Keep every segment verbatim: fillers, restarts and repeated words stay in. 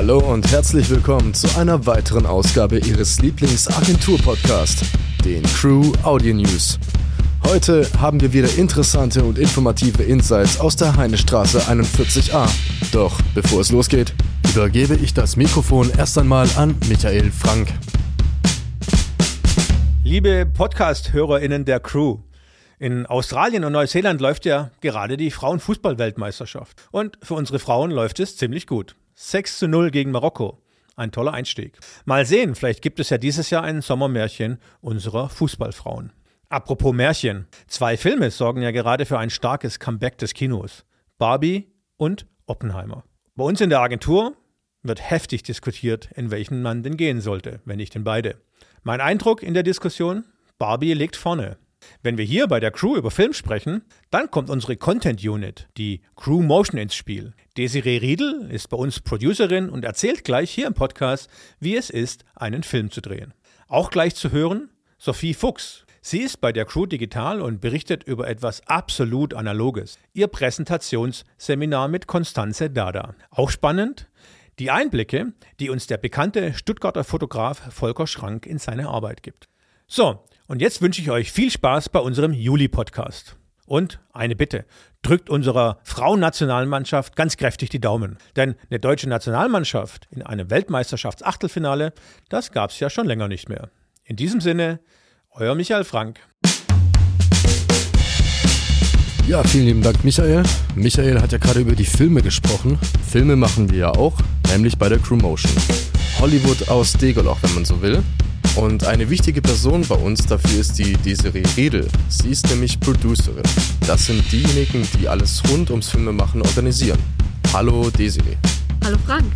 Hallo und herzlich willkommen zu einer weiteren Ausgabe Ihres Lieblings-Agentur-Podcasts, den Crew Audio News. Heute haben wir wieder interessante und informative Insights aus der Heinestraße einundvierzig a. Doch bevor es losgeht, übergebe ich das Mikrofon erst einmal an Michael Frank. Liebe Podcast-HörerInnen der Crew, in Australien und Neuseeland läuft ja gerade die Frauenfußball-Weltmeisterschaft. Und für unsere Frauen läuft es ziemlich gut. sechs zu null gegen Marokko. Ein toller Einstieg. Mal sehen, vielleicht gibt es ja dieses Jahr ein Sommermärchen unserer Fußballfrauen. Apropos Märchen. Zwei Filme sorgen ja gerade für ein starkes Comeback des Kinos. Barbie und Oppenheimer. Bei uns in der Agentur wird heftig diskutiert, in welchen man denn gehen sollte, wenn nicht in beide. Mein Eindruck in der Diskussion? Barbie liegt vorne. Wenn wir hier bei der Crew über Film sprechen, dann kommt unsere Content Unit, die Crew Motion, ins Spiel. Desiree Riedel ist bei uns Producerin und erzählt gleich hier im Podcast, wie es ist, einen Film zu drehen. Auch gleich zu hören, Sophie Fuchs. Sie ist bei der Crew digital und berichtet über etwas absolut Analoges. Ihr Präsentationsseminar mit Constanze Dada. Auch spannend, die Einblicke, die uns der bekannte Stuttgarter Fotograf Volker Schrank in seine Arbeit gibt. So, und jetzt wünsche ich euch viel Spaß bei unserem Juli-Podcast. Und eine Bitte, drückt unserer Frauennationalmannschaft ganz kräftig die Daumen. Denn eine deutsche Nationalmannschaft in einem Weltmeisterschafts-Achtelfinale, das gab es ja schon länger nicht mehr. In diesem Sinne, euer Michael Frank. Ja, vielen lieben Dank, Michael. Michael hat ja gerade über die Filme gesprochen. Filme machen wir ja auch, nämlich bei der Crew Motion. Hollywood aus Degerloch, wenn man so will. Und eine wichtige Person bei uns dafür ist die Desiree Riedel. Sie ist nämlich Producerin. Das sind diejenigen, die alles rund ums Filmemachen organisieren. Hallo Desiree. Hallo Frank.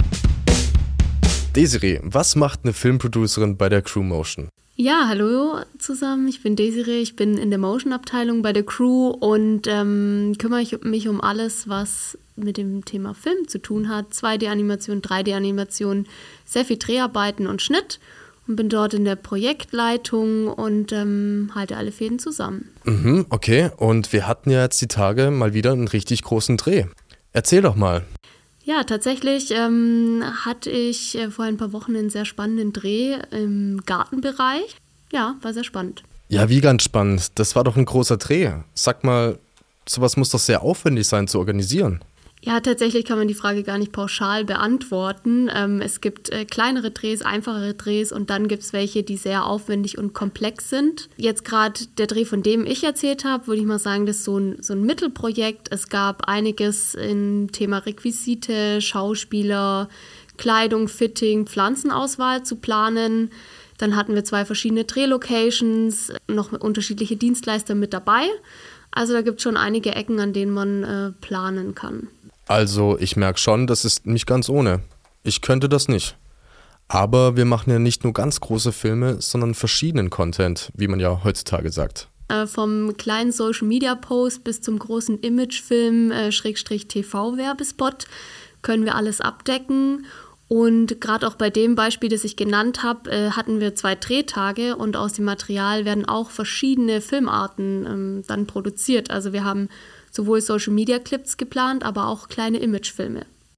Desiree, was macht eine Filmproducerin bei der Crew Motion? Ja, hallo zusammen, ich bin Desiree, ich bin in der Motion-Abteilung bei der Crew und ähm, kümmere ich mich um alles, was mit dem Thema Film zu tun hat. zwei D-Animation, drei D-Animation, sehr viel Dreharbeiten und Schnitt. Und bin dort in der Projektleitung und ähm, halte alle Fäden zusammen. Mhm, okay, und wir hatten ja jetzt die Tage mal wieder einen richtig großen Dreh. Erzähl doch mal. Ja, tatsächlich ähm, hatte ich äh, vor ein paar Wochen einen sehr spannenden Dreh im Gartenbereich. Ja, war sehr spannend. Ja, wie ganz spannend. Das war doch ein großer Dreh. Sag mal, sowas muss doch sehr aufwendig sein zu organisieren. Ja, tatsächlich kann man die Frage gar nicht pauschal beantworten. Ähm, es gibt äh, kleinere Drehs, einfachere Drehs und dann gibt es welche, die sehr aufwendig und komplex sind. Jetzt gerade der Dreh, von dem ich erzählt habe, würde ich mal sagen, das ist so ein, so ein Mittelprojekt. Es gab einiges im Thema Requisite, Schauspieler, Kleidung, Fitting, Pflanzenauswahl zu planen. Dann hatten wir zwei verschiedene Drehlocations, noch unterschiedliche Dienstleister mit dabei. Also da gibt es schon einige Ecken, an denen man äh, planen kann. Also ich merke schon, das ist nicht ganz ohne. Ich könnte das nicht. Aber wir machen ja nicht nur ganz große Filme, sondern verschiedenen Content, wie man ja heutzutage sagt. Äh, vom kleinen Social-Media-Post bis zum großen Imagefilm, äh, Schrägstrich T V-Werbespot, können wir alles abdecken. Und gerade auch bei dem Beispiel, das ich genannt habe, äh, hatten wir zwei Drehtage und aus dem Material werden auch verschiedene Filmarten ähm, dann produziert. Also wir haben sowohl Social-Media-Clips geplant, aber auch kleine Imagefilme.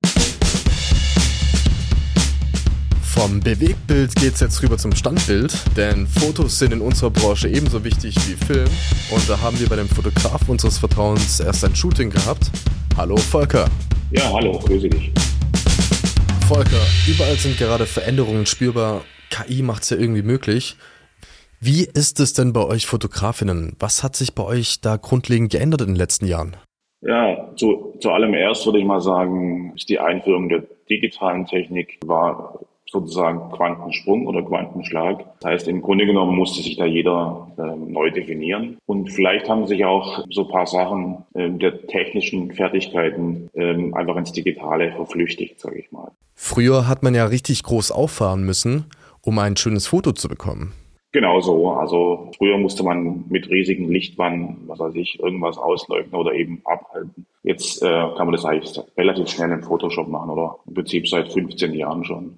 Vom Bewegtbild geht's jetzt rüber zum Standbild, denn Fotos sind in unserer Branche ebenso wichtig wie Film. Und da haben wir bei dem Fotograf unseres Vertrauens erst ein Shooting gehabt. Hallo Volker. Ja, hallo, grüße dich. Volker, überall sind gerade Veränderungen spürbar. K I macht's ja irgendwie möglich. Wie ist es denn bei euch Fotografinnen? Was hat sich bei euch da grundlegend geändert in den letzten Jahren? Ja, zu, zu allem erst würde ich mal sagen, ist die Einführung der digitalen Technik war sozusagen Quantensprung oder Quantenschlag. Das heißt, im Grunde genommen musste sich da jeder äh, neu definieren. Und vielleicht haben sich auch so ein paar Sachen äh, der technischen Fertigkeiten äh, einfach ins Digitale verflüchtigt, sage ich mal. Früher hat man ja richtig groß auffahren müssen, um ein schönes Foto zu bekommen. Genau so. Also früher musste man mit riesigen Lichtwannen, was weiß ich, irgendwas ausleuchten oder eben abhalten. Jetzt äh, kann man das eigentlich relativ schnell im Photoshop machen oder im Prinzip seit fünfzehn Jahren schon.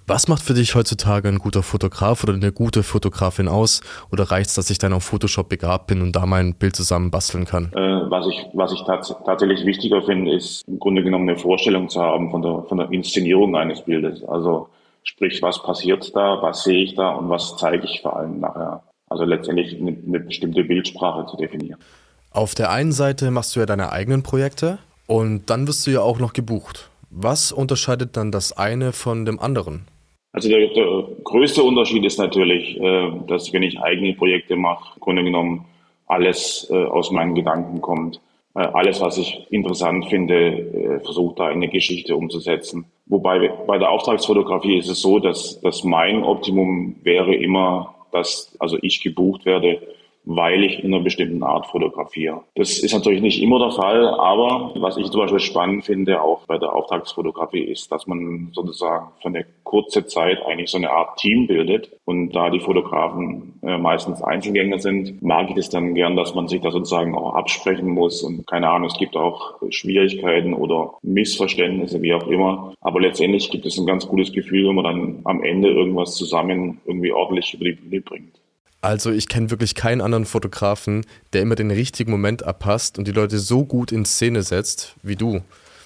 Was macht für dich heutzutage ein guter Fotograf oder eine gute Fotografin aus? Oder reicht es, dass ich dann auf Photoshop begabt bin und da mein Bild zusammen basteln kann? Äh, was ich, was ich tats- tatsächlich wichtiger finde, ist im Grunde genommen eine Vorstellung zu haben von der, von der Inszenierung eines Bildes. Also sprich, was passiert da, was sehe ich da und was zeige ich vor allem nachher. Also letztendlich eine, eine bestimmte Bildsprache zu definieren. Auf der einen Seite machst du ja deine eigenen Projekte und dann wirst du ja auch noch gebucht. Was unterscheidet dann das eine von dem anderen? Also der, der größte Unterschied ist natürlich, äh, dass wenn ich eigene Projekte mache, im Grunde genommen alles äh, aus meinen Gedanken kommt. Äh, alles, was ich interessant finde, äh, versuche da in eine Geschichte umzusetzen. Wobei bei der Auftragsfotografie ist es so, dass, dass mein Optimum wäre immer, dass also ich gebucht werde, weil ich in einer bestimmten Art fotografiere. Das ist natürlich nicht immer der Fall, aber was ich zum Beispiel spannend finde, auch bei der Auftragsfotografie, ist, dass man sozusagen für eine kurze Zeit eigentlich so eine Art Team bildet. Und da die Fotografen äh, meistens Einzelgänger sind, mag ich es dann gern, dass man sich da sozusagen auch absprechen muss. Und keine Ahnung, es gibt auch Schwierigkeiten oder Missverständnisse, wie auch immer. Aber letztendlich gibt es ein ganz gutes Gefühl, wenn man dann am Ende irgendwas zusammen irgendwie ordentlich über die Bühne bringt. Also ich kenne wirklich keinen anderen Fotografen, der immer den richtigen Moment abpasst und die Leute so gut in Szene setzt wie du.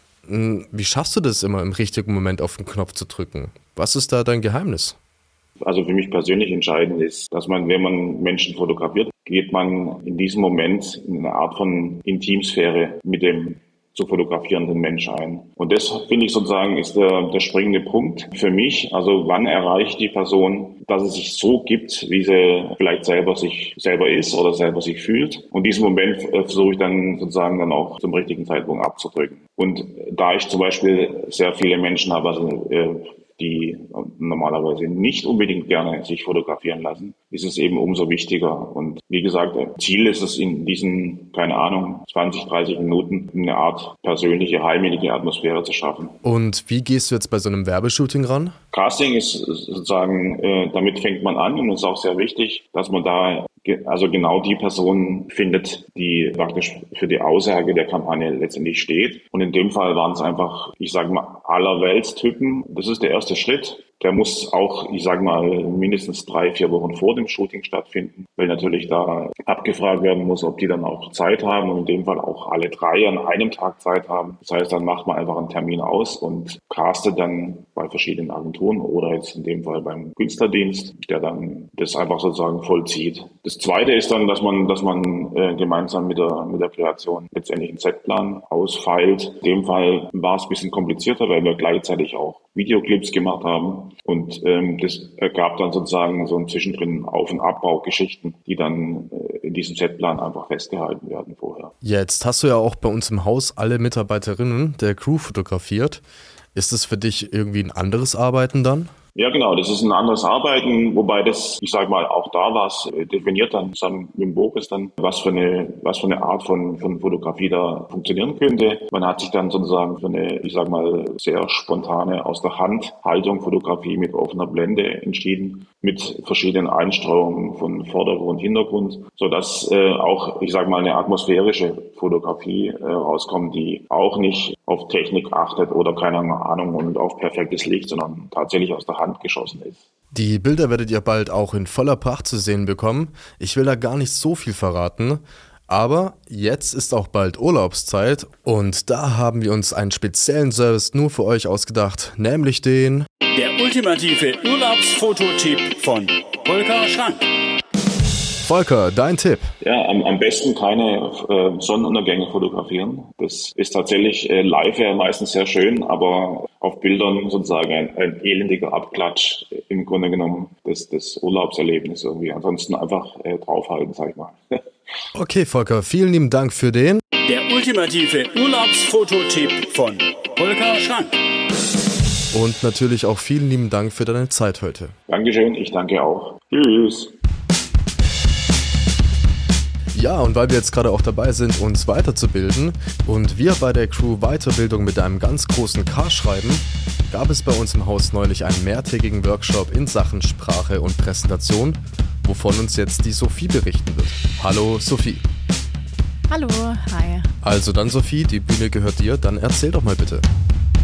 Wie schaffst du das immer, im richtigen Moment auf den Knopf zu drücken? Was ist da dein Geheimnis? Also für mich persönlich entscheidend ist, dass man, wenn man Menschen fotografiert, geht man in diesem Moment in eine Art von Intimsphäre mit dem zu fotografierenden Mensch ein. Und das, finde ich sozusagen, ist der, der springende Punkt für mich. Also wann erreicht die Person, dass es sich so gibt, wie sie vielleicht selber sich selber ist oder selber sich fühlt. Und diesen Moment äh, versuche ich dann sozusagen dann auch zum richtigen Zeitpunkt abzudrücken. Und da ich zum Beispiel sehr viele Menschen habe, also äh, die normalerweise nicht unbedingt gerne sich fotografieren lassen, ist es eben umso wichtiger. Und wie gesagt, Ziel ist es in diesen, keine Ahnung, zwanzig, dreißig Minuten eine Art persönliche, heimelige Atmosphäre zu schaffen. Und wie gehst du jetzt bei so einem Werbeshooting ran? Casting ist sozusagen, äh, damit fängt man an und es ist auch sehr wichtig, dass man da ge- also genau die Person findet, die praktisch für die Aussage der Kampagne letztendlich steht. Und in dem Fall waren es einfach, ich sage mal, Allerweltstypen. Das ist der erste Schritt. Der muss auch, ich sage mal, mindestens drei, vier Wochen vor dem Shooting stattfinden, weil natürlich da abgefragt werden muss, ob die dann auch Zeit haben und in dem Fall auch alle drei an einem Tag Zeit haben. Das heißt, dann macht man einfach einen Termin aus und castet dann bei verschiedenen Agenturen oder jetzt in dem Fall beim Künstlerdienst, der dann das einfach sozusagen vollzieht. Das Zweite ist dann, dass man, dass man äh, gemeinsam mit der mit der Kreation letztendlich einen Setplan ausfeilt. In dem Fall war es ein bisschen komplizierter, weil wir gleichzeitig auch Videoclips gemacht haben. Und ähm, das ergab dann sozusagen so ein Zwischendrin Auf- und Abbaugeschichten, die dann äh, in diesem Setplan einfach festgehalten werden vorher. Jetzt hast du ja auch bei uns im Haus alle Mitarbeiterinnen der Crew fotografiert. Ist das für dich irgendwie ein anderes Arbeiten dann? Ja, genau, das ist ein anderes Arbeiten, wobei das, ich sage mal, auch da war es definiert dann zusammen mit dem Boris dann, was für eine, was für eine Art von, von Fotografie da funktionieren könnte. Man hat sich dann sozusagen für eine, ich sage mal, sehr spontane aus der Hand Haltung Fotografie mit offener Blende entschieden, mit verschiedenen Einstreuungen von Vordergrund, Hintergrund, sodass äh, auch, ich sage mal, eine atmosphärische Fotografie äh, rauskommt, die auch nicht auf Technik achtet oder keine Ahnung und auf perfektes Licht, sondern tatsächlich aus der Hand geschossen ist. Die Bilder werdet ihr bald auch in voller Pracht zu sehen bekommen. Ich will da gar nicht so viel verraten, aber jetzt ist auch bald Urlaubszeit und da haben wir uns einen speziellen Service nur für euch ausgedacht, nämlich den Der ultimative Urlaubsfototipp von Volker Schrank. Volker, dein Tipp. Ja, am, am besten keine äh, Sonnenuntergänge fotografieren. Das ist tatsächlich äh, live ja meistens sehr schön, aber auf Bildern sozusagen ein, ein elendiger Abklatsch äh, im Grunde genommen des, des Urlaubserlebnisses irgendwie. Ansonsten einfach äh, draufhalten, sag ich mal. Okay, Volker, vielen lieben Dank für den Der ultimative Urlaubsfototipp von Volker Schrank. und natürlich auch vielen lieben Dank für deine Zeit heute. Dankeschön, ich danke auch. Tschüss. Ja, und weil wir jetzt gerade auch dabei sind, uns weiterzubilden und wir bei der Crew Weiterbildung mit einem ganz großen K schreiben, gab es bei uns im Haus neulich einen mehrtägigen Workshop in Sachen Sprache und Präsentation, wovon uns jetzt die Sophie berichten wird. Hallo Sophie. Hallo, hi. Also dann Sophie, die Bühne gehört dir, dann erzähl doch mal bitte.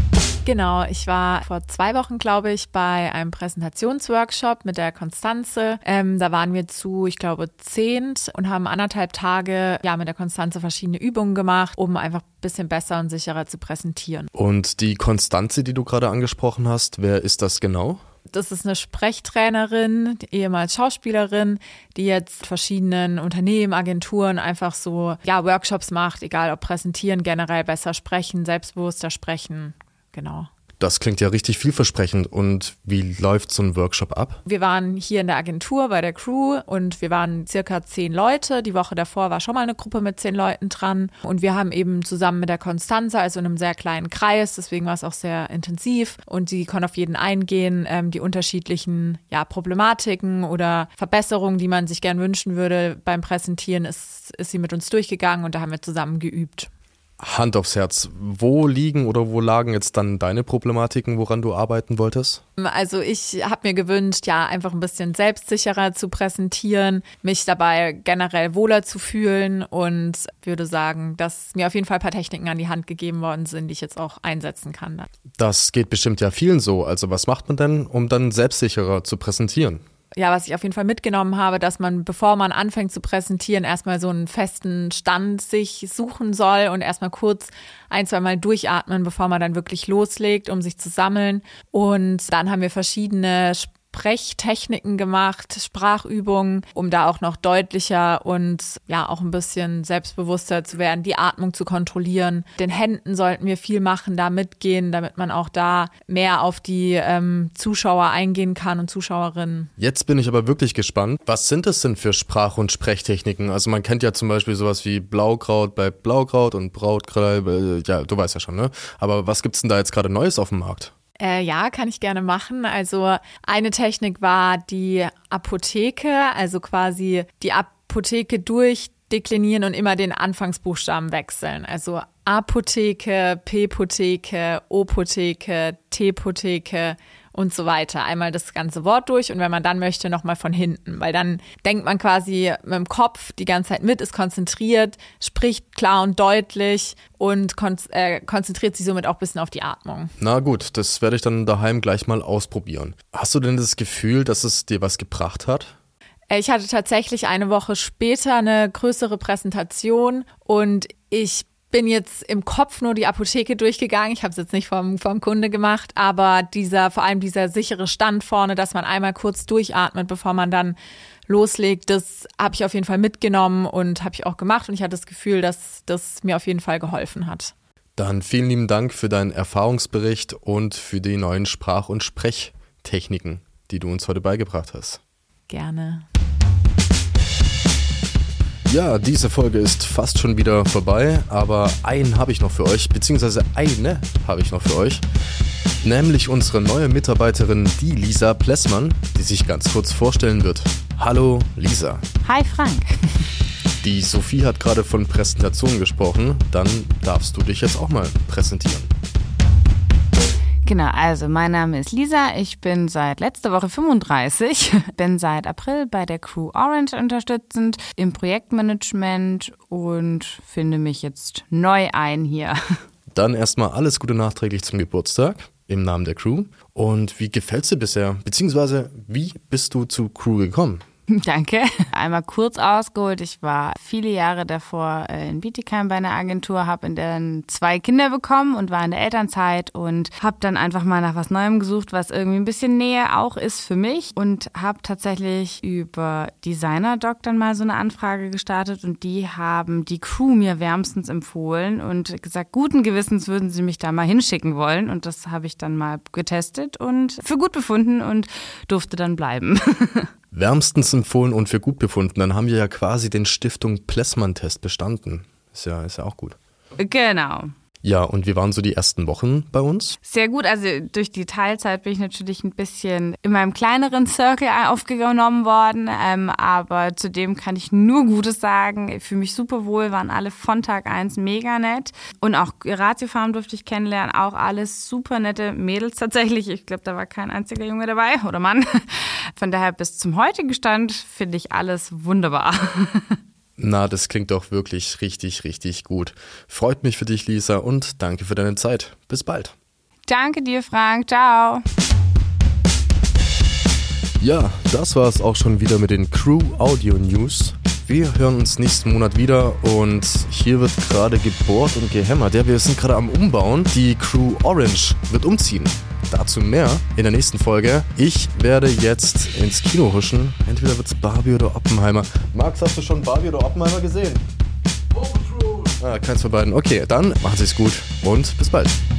Genau, ich war vor zwei Wochen, glaube ich, bei einem Präsentationsworkshop mit der Konstanze. Ähm, da waren wir zu, ich glaube, zehnt und haben anderthalb Tage ja mit der Konstanze verschiedene Übungen gemacht, um einfach ein bisschen besser und sicherer zu präsentieren. Und die Konstanze, die du gerade angesprochen hast, wer ist das genau? Das ist eine Sprechtrainerin, ehemals Schauspielerin, die jetzt verschiedenen Unternehmen, Agenturen einfach so ja Workshops macht, egal ob präsentieren, generell besser sprechen, selbstbewusster sprechen. Genau. Das klingt ja richtig vielversprechend. Und wie läuft so ein Workshop ab? Wir waren hier in der Agentur bei der Crew und wir waren circa zehn Leute. Die Woche davor war schon mal eine Gruppe mit zehn Leuten dran. Und wir haben eben zusammen mit der Konstanze, also in einem sehr kleinen Kreis, deswegen war es auch sehr intensiv. Und sie konnte auf jeden eingehen, ähm, die unterschiedlichen ja, Problematiken oder Verbesserungen, die man sich gern wünschen würde beim Präsentieren, ist, ist sie mit uns durchgegangen und da haben wir zusammen geübt. Hand aufs Herz, wo liegen oder wo lagen jetzt dann deine Problematiken, woran du arbeiten wolltest? Also ich habe mir gewünscht, ja, einfach ein bisschen selbstsicherer zu präsentieren, mich dabei generell wohler zu fühlen und würde sagen, dass mir auf jeden Fall ein paar Techniken an die Hand gegeben worden sind, die ich jetzt auch einsetzen kann. Das geht bestimmt ja vielen so. Also was macht man denn, um dann selbstsicherer zu präsentieren? Ja, was ich auf jeden Fall mitgenommen habe, dass man, bevor man anfängt zu präsentieren, erstmal so einen festen Stand sich suchen soll und erstmal kurz ein, zwei Mal durchatmen, bevor man dann wirklich loslegt, um sich zu sammeln. Und dann haben wir verschiedene Sprechtechniken gemacht, Sprachübungen, um da auch noch deutlicher und ja auch ein bisschen selbstbewusster zu werden, die Atmung zu kontrollieren. Den Händen sollten wir viel machen, da mitgehen, damit man auch da mehr auf die ähm, Zuschauer eingehen kann und Zuschauerinnen. Jetzt bin ich aber wirklich gespannt. Was sind das denn für Sprach- und Sprechtechniken? Also man kennt ja zum Beispiel sowas wie Blaukraut bei Blaukraut und Brautkraut, äh, ja, du weißt ja schon, ne? Aber was gibt's denn da jetzt gerade Neues auf dem Markt? Äh, ja, kann ich gerne machen. Also eine Technik war die Apotheke, also quasi die Apotheke durchdeklinieren und immer den Anfangsbuchstaben wechseln. Also Apotheke, P-Potheke, O-Potheke, T-Potheke und so weiter. Einmal das ganze Wort durch und wenn man dann möchte, nochmal von hinten. Weil dann denkt man quasi mit dem Kopf die ganze Zeit mit, ist konzentriert, spricht klar und deutlich und kon- äh, konzentriert sich somit auch ein bisschen auf die Atmung. Na gut, das werde ich dann daheim gleich mal ausprobieren. Hast du denn das Gefühl, dass es dir was gebracht hat? Ich hatte tatsächlich eine Woche später eine größere Präsentation und ich bin jetzt im Kopf nur die Apotheke durchgegangen. Ich habe es jetzt nicht vom, vom Kunde gemacht, aber dieser, vor allem dieser sichere Stand vorne, dass man einmal kurz durchatmet, bevor man dann loslegt, das habe ich auf jeden Fall mitgenommen und habe ich auch gemacht und ich hatte das Gefühl, dass das mir auf jeden Fall geholfen hat. Dann vielen lieben Dank für deinen Erfahrungsbericht und für die neuen Sprach- und Sprechtechniken, die du uns heute beigebracht hast. Gerne. Ja, diese Folge ist fast schon wieder vorbei, aber einen habe ich noch für euch, beziehungsweise eine habe ich noch für euch, nämlich unsere neue Mitarbeiterin, die Lisa Plessmann, die sich ganz kurz vorstellen wird. Hallo Lisa. Hi Frank. Die Sophie hat gerade von Präsentation gesprochen, dann darfst du dich jetzt auch mal präsentieren. Genau, also mein Name ist Lisa, ich bin seit letzter Woche fünfunddreißig, bin seit April bei der Crew Orange unterstützend im Projektmanagement und finde mich jetzt neu ein hier. Dann erstmal alles Gute nachträglich zum Geburtstag im Namen der Crew. Und wie gefällt's dir bisher? Beziehungsweise wie bist du zu Crew gekommen? Danke. Einmal kurz ausgeholt. Ich war viele Jahre davor in Bietigheim bei einer Agentur, habe in der zwei Kinder bekommen und war in der Elternzeit und habe dann einfach mal nach was Neuem gesucht, was irgendwie ein bisschen Nähe auch ist für mich und habe tatsächlich über Designer-Doc dann mal so eine Anfrage gestartet und die haben die Crew mir wärmstens empfohlen und gesagt, guten Gewissens würden sie mich da mal hinschicken wollen und das habe ich dann mal getestet und für gut befunden und durfte dann bleiben. Wärmstens empfohlen und für gut befunden. Dann haben wir ja quasi den Stiftung Plessmann-Test bestanden. Ist ja, ist ja auch gut. Genau. Ja, und wie waren so die ersten Wochen bei uns? Sehr gut, also durch die Teilzeit bin ich natürlich ein bisschen in meinem kleineren Circle aufgenommen worden, ähm, aber zudem kann ich nur Gutes sagen. Ich fühle mich super wohl, waren alle von Tag eins mega nett und auch Ratiofarm durfte ich kennenlernen, auch alles super nette Mädels tatsächlich. Ich glaube, da war kein einziger Junge dabei oder Mann. Von daher bis zum heutigen Stand finde ich alles wunderbar. Na, das klingt doch wirklich richtig, richtig gut. Freut mich für dich, Lisa, und danke für deine Zeit. Bis bald. Danke dir, Frank. Ciao. Ja, das war es auch schon wieder mit den Crew Audio News. Wir hören uns nächsten Monat wieder und hier wird gerade gebohrt und gehämmert. Ja, wir sind gerade am Umbauen. Die Crew Orange wird umziehen. Dazu mehr in der nächsten Folge. Ich werde jetzt ins Kino huschen. Entweder wird's Barbie oder Oppenheimer. Max, hast du schon Barbie oder Oppenheimer gesehen? Ah, keins von beiden. Okay, dann machen Sie es gut und bis bald.